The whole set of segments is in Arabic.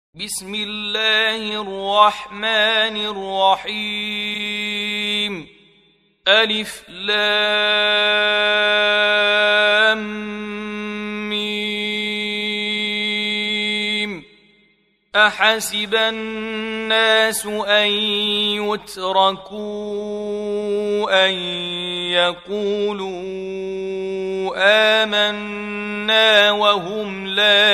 بسم الله الرحمن الرحيم. ألف لام ميم. أحسب الناس أن يتركوا أن يقولوا آمنا وهم لا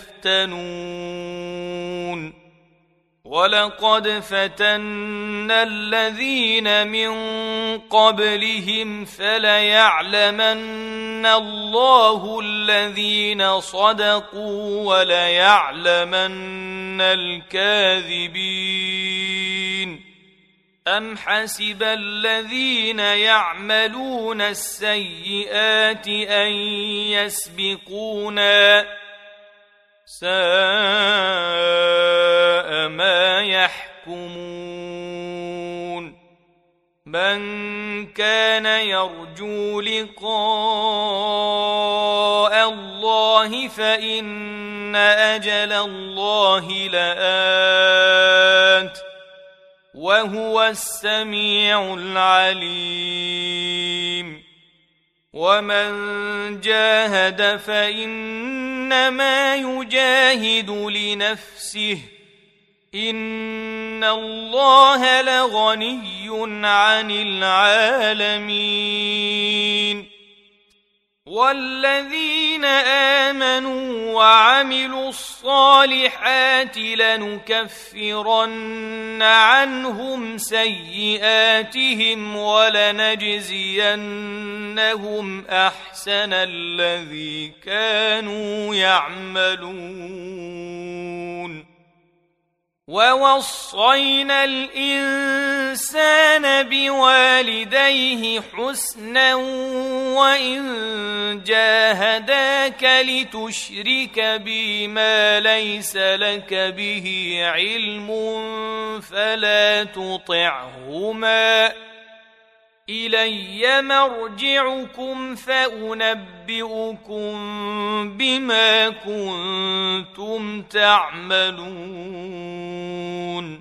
يفتنون. ولقد فتنا الذين من قبلهم فليعلمن الله الذين صدقوا وليعلمن الكاذبين. أم حسب الذين يعملون السيئات أن يسبقونا ساء ما يحكمون. من كان يرجو لقاء الله فإن أجل الله لآت وهو السميع العليم. ومن جاهد فإنما يجاهد لنفسه إن الله لغني عن العالمين. والذين آمنوا وعملوا الصالحات لنكفرن عنهم سيئاتهم ولنجزينهم أحسن الذي كانوا يعملون. ووصينا الإنسان بوالديه حسنا وإن جاهداك لتشرك بي ما ليس لك به علم فلا تطعهما إلي مرجعكم فأنبئكم بما كنتم تعملون.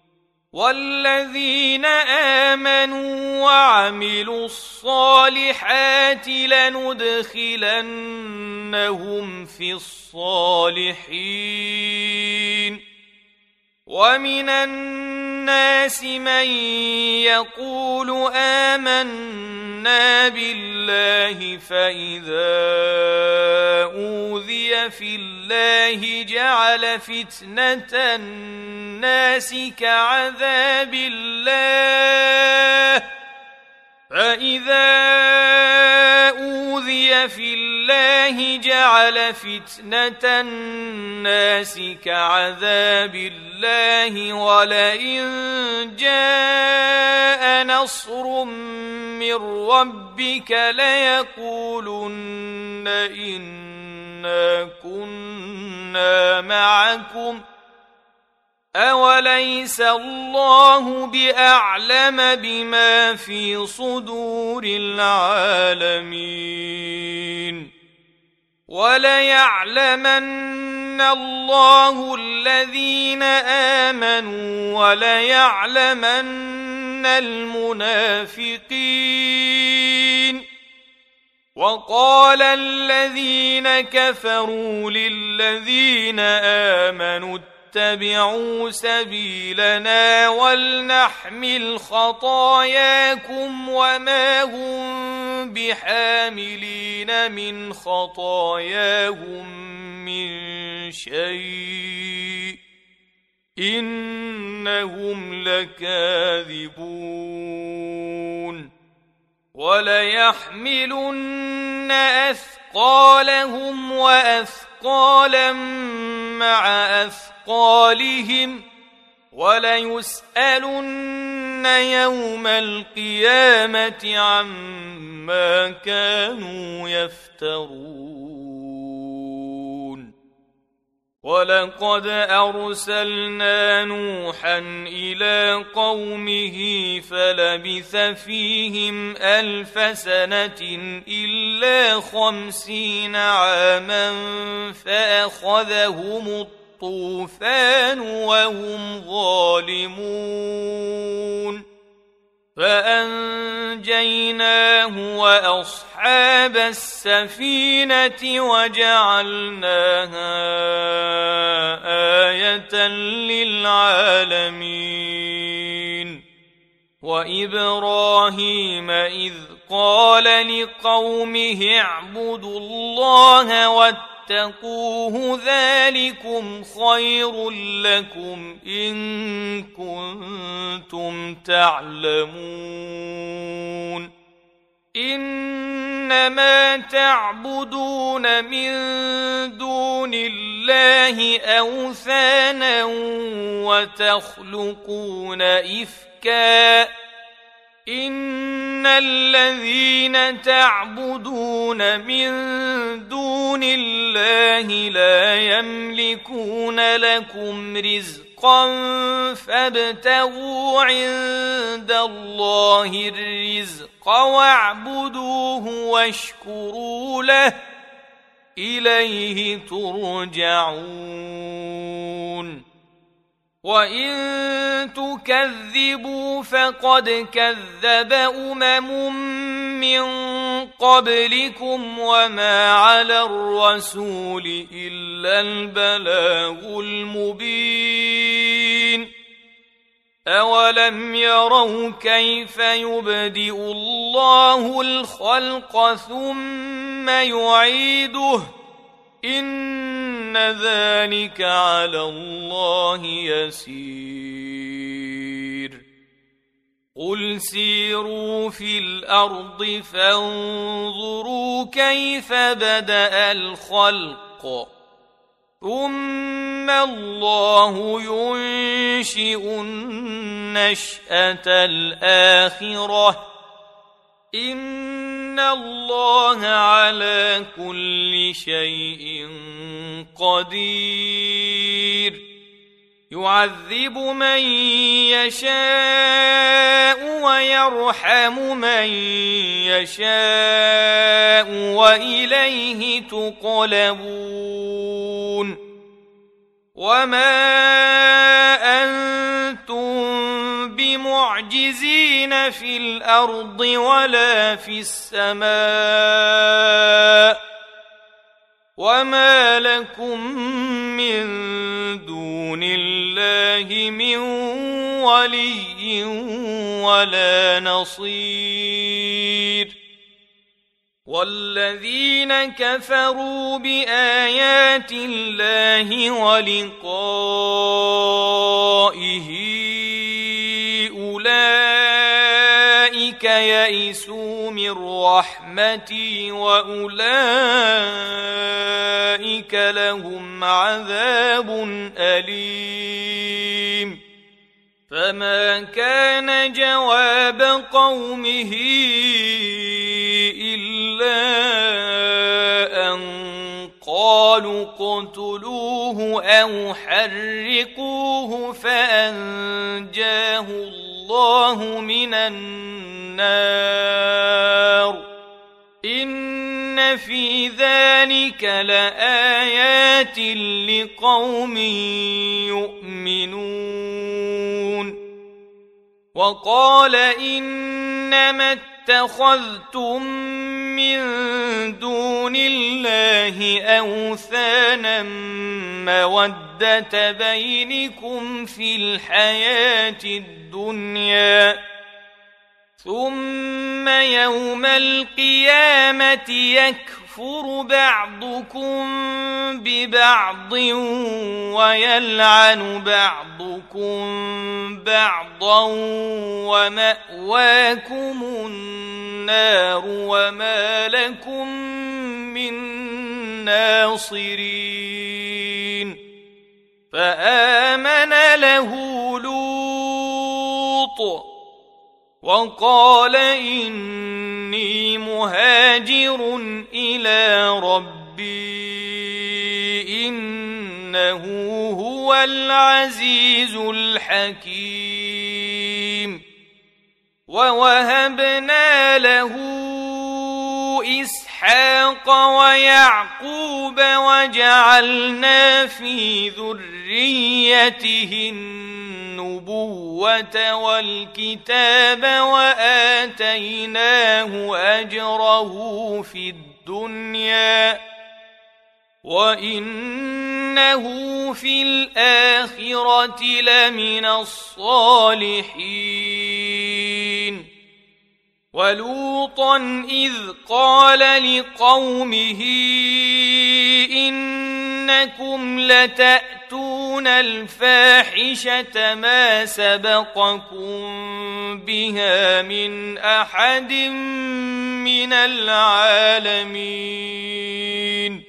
والذين آمنوا وعملوا الصالحات لندخلنهم في الصالحين. ومن الناس من يقول آمنا بالله فإذا أوذي في الله جعل فتنة الناس كعذاب الله ولئن جاء نصر من ربك ليقولن إنا كنا معكم أوليس الله بأعلم بما في صدور العالمين. وليعلمن الله الذين آمنوا وليعلمن المنافقين. وقال الذين كفروا للذين آمنوا اتبعوا سبيلنا ولنحمل خطاياكم وما هم بحاملين من خطاياهم من شيء إنهم لكاذبون. وليحملن أثقالهم وأثقالا مع أثقالهم وليسألن يوم القيامة عما كانوا يفترون. ولقد أرسلنا نوحا إلى قومه فلبث فيهم 1000 سنة إلا 50 عاما فأخذهم الطوفان وهم ظالمون فأنجيناه وأصحاب السفينة وجعلناها آية للعالمين وإبراهيم إذ قال لقومه اعبدوا الله واتقوه ذلكم خير لكم إن كنتم تعلمون إنما تعبدون من دون الله أوثانا وتخلقون إفكا إن الذين تعبدون من دون الله لا يملكون لكم رزقا فابتغوا عند الله الرزق واعبدوه واشكروا له إليه ترجعون وإن تكذبوا فقد كذب من قبلكم وما على الرسول إلا البلاغ المبين أولم يروا كيف يبدئ الله الخلق ثم يعيده إن ذلك على الله يسير قل سيروا في الأرض فانظروا كيف بدأ الخلق ثم الله ينشئ النشأة الآخرة إن الله على كل شيء قدير يعذب من يشاء ويرحم من يشاء وإليه تقلبون وما أنتم بمعجزين في الأرض ولا في السماء وما لكم من دون الله من ولي ولا نصير والذين كفروا بآيات الله ولقائه أولئك يئسوا من رحمتي وأولئك لهم عذاب أليم فما كان جواب قومه إلا أن قالوا اقتلوه أو حرقوه فأنجاه الله من النار إن في ذلك لآيات لقوم يؤمنون وقال إنما اتخذتم من دون الله أوثانا مودة بينكم في الحياة الدنيا ثم يوم القيامة يكفر بعضكم ببعض ويلعن بعضكم بعضا ومأواكم النار وما لكم من ناصرين فآمن له لوط وقال إني مهاجر إلى ربي إنه هو العزيز الحكيم ووهبنا له إسحاق وإسحاق ويعقوب وجعلنا في ذريته النبوة والكتاب وآتيناه أجره في الدنيا وإنه في الآخرة لمن الصالحين ولوطا إذ قال لقومه إنكم لتأتون الفاحشة ما سبقكم بها من أحد من العالمين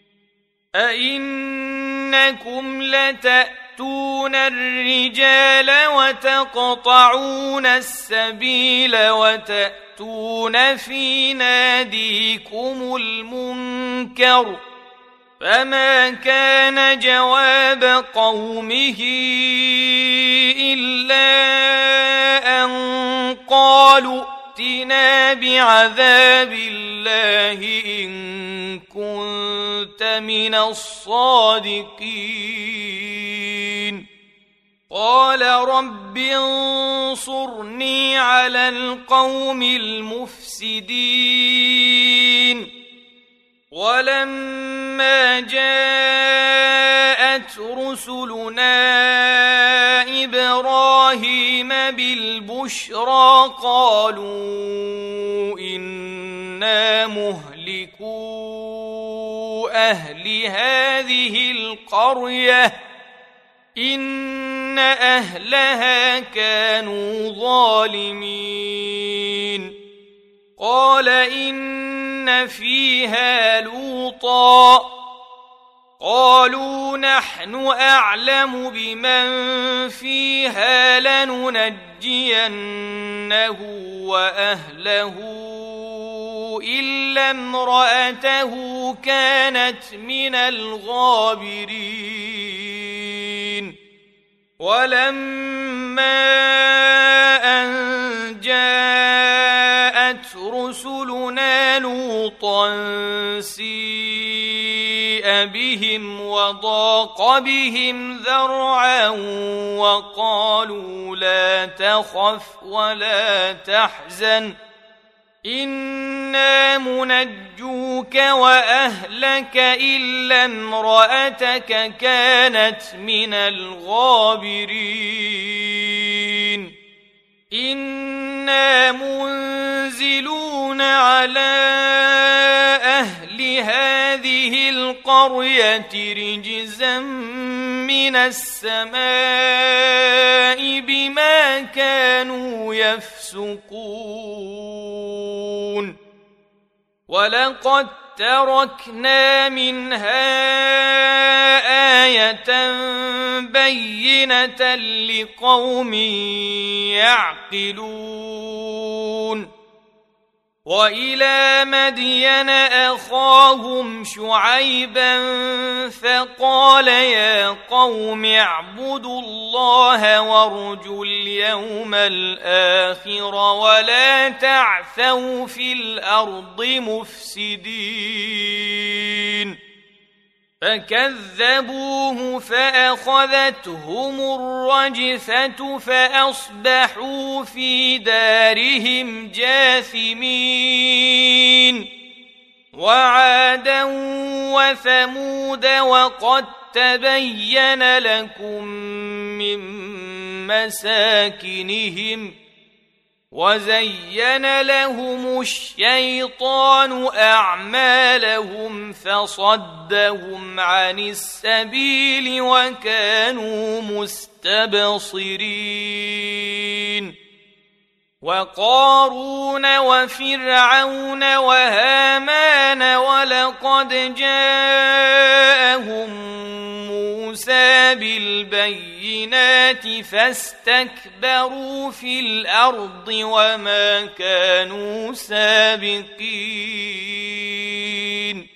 أئنكم لتأتون الرجال وتقطعون السبيل وتأتون في ناديكم المنكر فما كان جواب قومه إلا أن قالوا ائتنا بعذاب الله إن كنت من الصادقين قال رب انصرني على القوم المفسدين ولما جاءت رسلنا إبراهيم بالبشرى قالوا إنا مهلكو أهل هذه القرية إن أهلها كانوا ظالمين قال إن فيها لوطا قالوا نحن أعلم بمن فيها لننجينه وأهله إلا امرأته كانت من الغابرين ولما أن جاءت رسلنا لوطا سيء بهم وضاق بهم ذرعا وقالوا لا تخف ولا تحزن إنا منجوك وأهلك إلا امرأتك كانت من الغابرين إنا منزلون على أهل هذه القرية رجزا من السماء بما كانوا يفسقون ولقد تركنا منها آية بينة لقوم يعقلون وإلى مدين أخاهم شعيبا فقال يا قوم اعبدوا الله وارجوا اليوم الآخر ولا تعثوا في الأرض مفسدين فكذبوه فأخذتهم الرجفة فأصبحوا في دارهم جاثمين وعادا وثمود وقد تبين لكم من مساكنهم وزين لهم الشيطان أعمالهم فصدهم عن السبيل وكانوا مستبصرين وقارون وفرعون وهامان ولقد جاءهم موسى بالبينات فاستكبروا في الأرض وما كانوا سابقين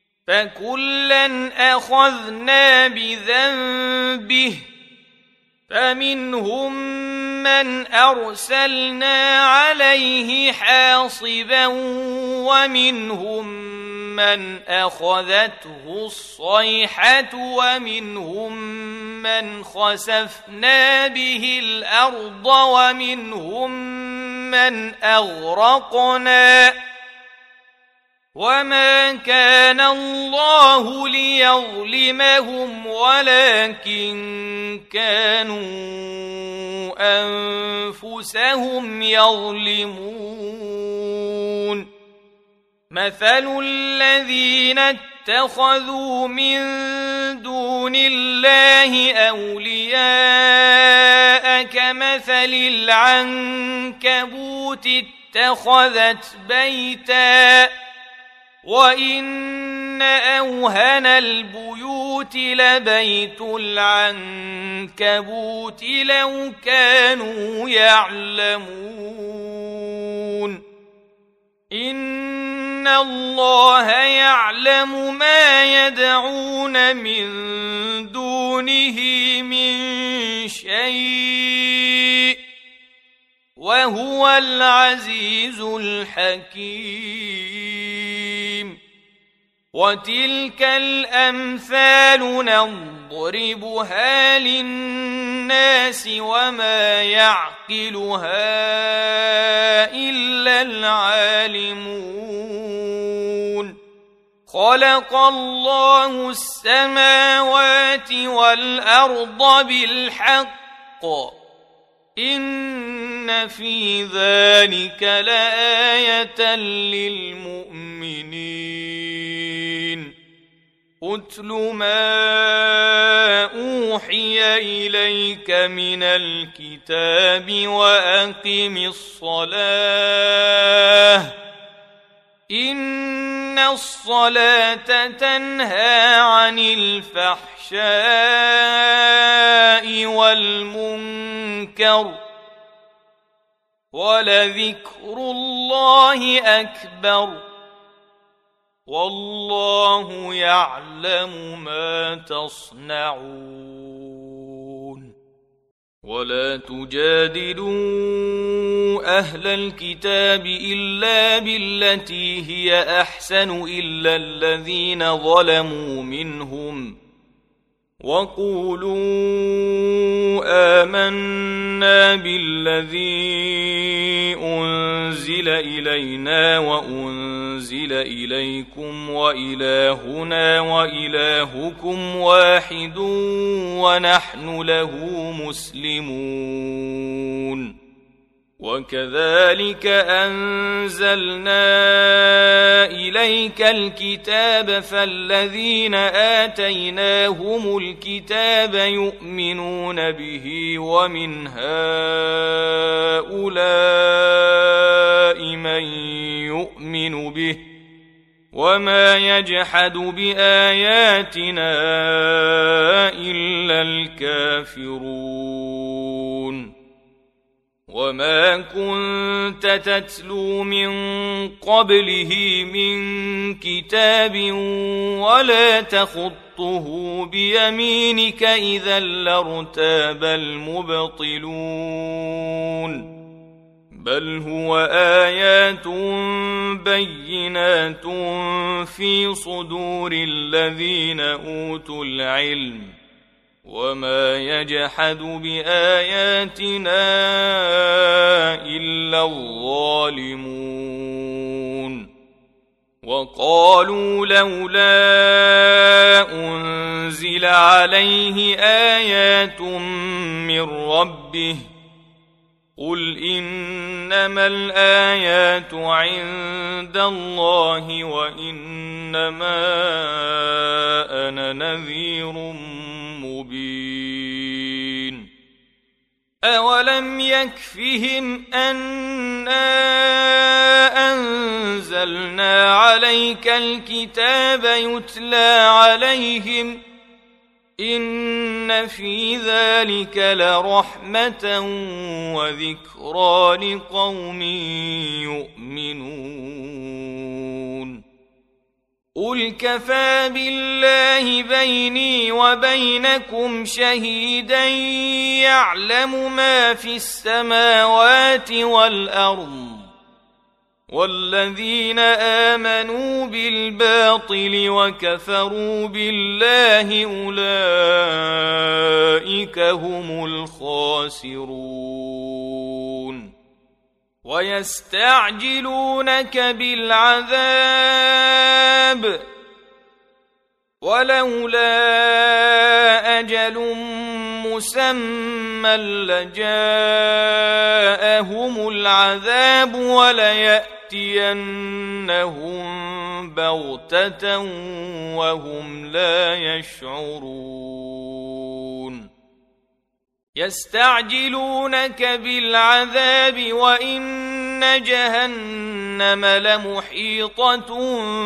فكلا أخذنا بذنبه فمنهم من أرسلنا عليه حاصبا ومنهم من أخذته الصيحة ومنهم من خسفنا به الأرض ومنهم من أغرقنا وما كان الله ليظلمهم ولكن كانوا أنفسهم يظلمون مثل الذين اتخذوا من دون الله أولياء كمثل العنكبوت اتخذت بيتا وإن أوهن البيوت لبيت العنكبوت لو كانوا يعلمون إن الله يعلم ما يدعون من دونه من شيء وهو العزيز الحكيم وتلك الأمثال نضربها للناس وما يعقلها إلا العالمون خلق الله السماوات والأرض بالحق إن في ذلك لآية للمؤمنين أتل ما أوحي إليك من الكتاب وأقم الصلاة إن الصلاة تنهى عن الفحشاء والمنكر ولذكر الله أكبر والله يعلم ما تصنعون ولا تجادلوا أهل الكتاب إلا بالتي هي أحسن إلا الذين ظلموا منهم وقولوا آمنا بالذي أنزل إلينا وأنزل إليكم وإلهنا وإلهكم واحد ونحن له مسلمون وكذلك أنزلنا إليك الكتاب فالذين آتيناهم الكتاب يؤمنون به ومن هؤلاء من يؤمن به وما يجحد بآياتنا إلا الكافرون وما كنت تتلو من قبله من كتاب ولا تخطه بيمينك إذا لارتاب المبطلون بل هو آيات بينات في صدور الذين أوتوا العلم وما يجحد بآياتنا إلا الظالمون وقالوا لولا أنزل عليه آيات من ربه قل إنما الآيات عند الله وإنما أنا نذير مبين أولم يكفهم أنا أنزلنا عليك الكتاب يتلى عليهم إن في ذلك لرحمة وذكرى لقوم يؤمنون قل كفى بالله بيني وبينكم شهيدا يعلم ما في السماوات والأرض والذين آمنوا بالباطل وكفروا بالله أولئك هم الخاسرون ويستعجلونك بالعذاب ولولا أجل مسمى لجاءهم العذاب وليأتينهم بغتة وهم لا يشعرون يستعجلونك بالعذاب وإن جهنم لمحيطة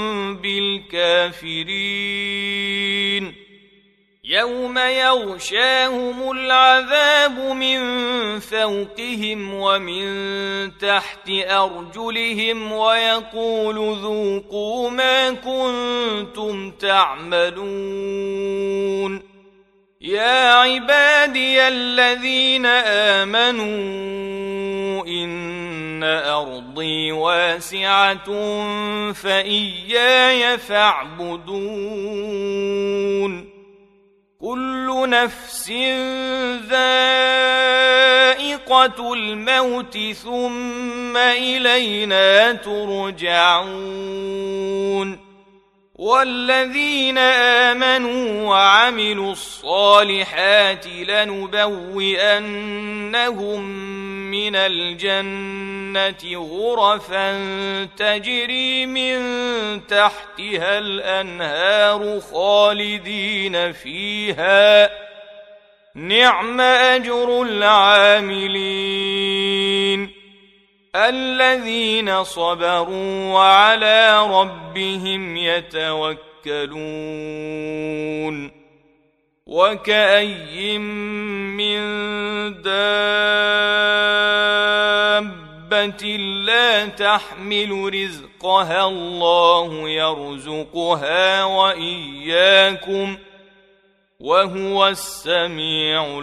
بالكافرين يوم يغشاهم العذاب من فوقهم ومن تحت أرجلهم ويقول ذوقوا ما كنتم تعملون يا عبادي الذين آمنوا إن أرضي واسعة فإياي فاعبدون كل نفس ذائقة الموت ثم إلينا ترجعون والذين آمنوا وعملوا الصالحات لنبوئنهم من الجنة غرفا تجري من تحتها الأنهار خالدين فيها نعم أجر العاملين الذين صبروا وعلى ربهم يتوكلون وكأي من دابة لا تحمل رزقها الله يرزقها وإياكم وهو السميع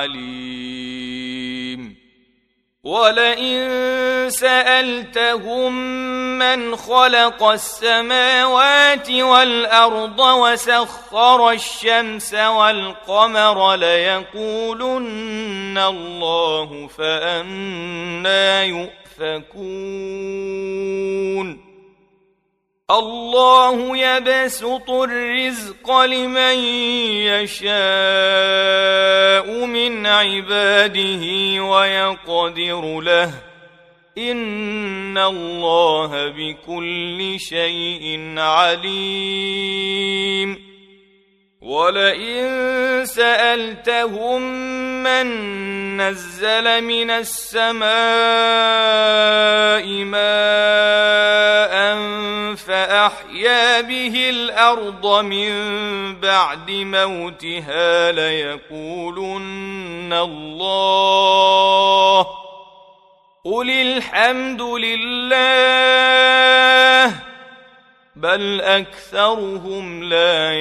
العليم ولئن سألتهم من خلق السماوات والأرض وسخر الشمس والقمر ليقولن الله فأنى يؤفكون الله يبسط الرزق لمن يشاء من عباده ويقدر له إن الله بكل شيء عليم ولئن سألتهم من نزل من السماء ماء فأحيا به الأرض من بعد موتها ليقولن الله قل الحمد لله بل أكثرهم لا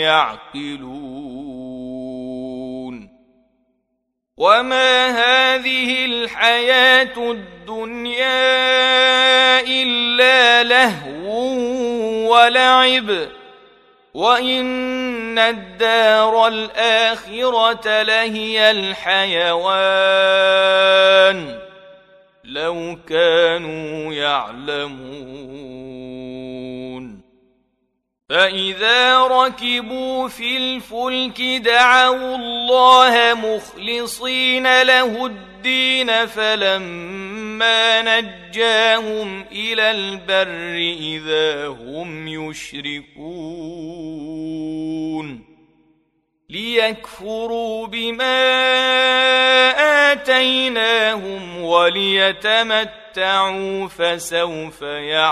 يعقلون وما هذه الحياة الدنيا إلا لهو ولعب وإن الدار الآخرة لهي الحيوان لو كانوا يعلمون فإذا ركبوا في الفلك دعوا الله مخلصين له الدين فلما نجاهم إلى البر إذا هم يشركون ليكفروا بما آتيناهم وليتمتعوا فسوف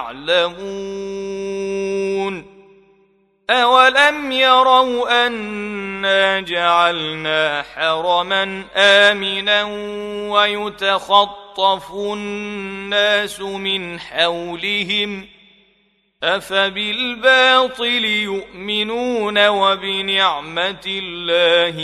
يعلمون أولم يروا أنا جعلنا حرما آمنا ويتخطف الناس من حولهم أفبالباطل يؤمنون وبنعمة الله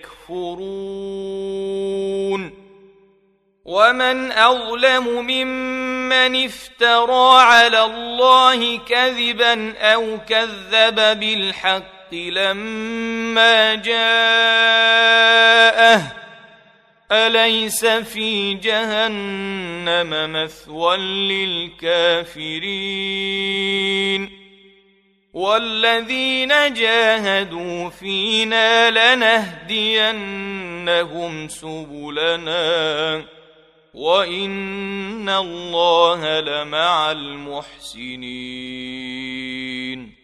يكفرون ومن أظلم ممن افترى على الله كذبا أو كذب بالحق لما جاءه أليس في جهنم مثوى للكافرين والذين جاهدوا فينا لنهدينهم سبلنا وإن الله لمع المحسنين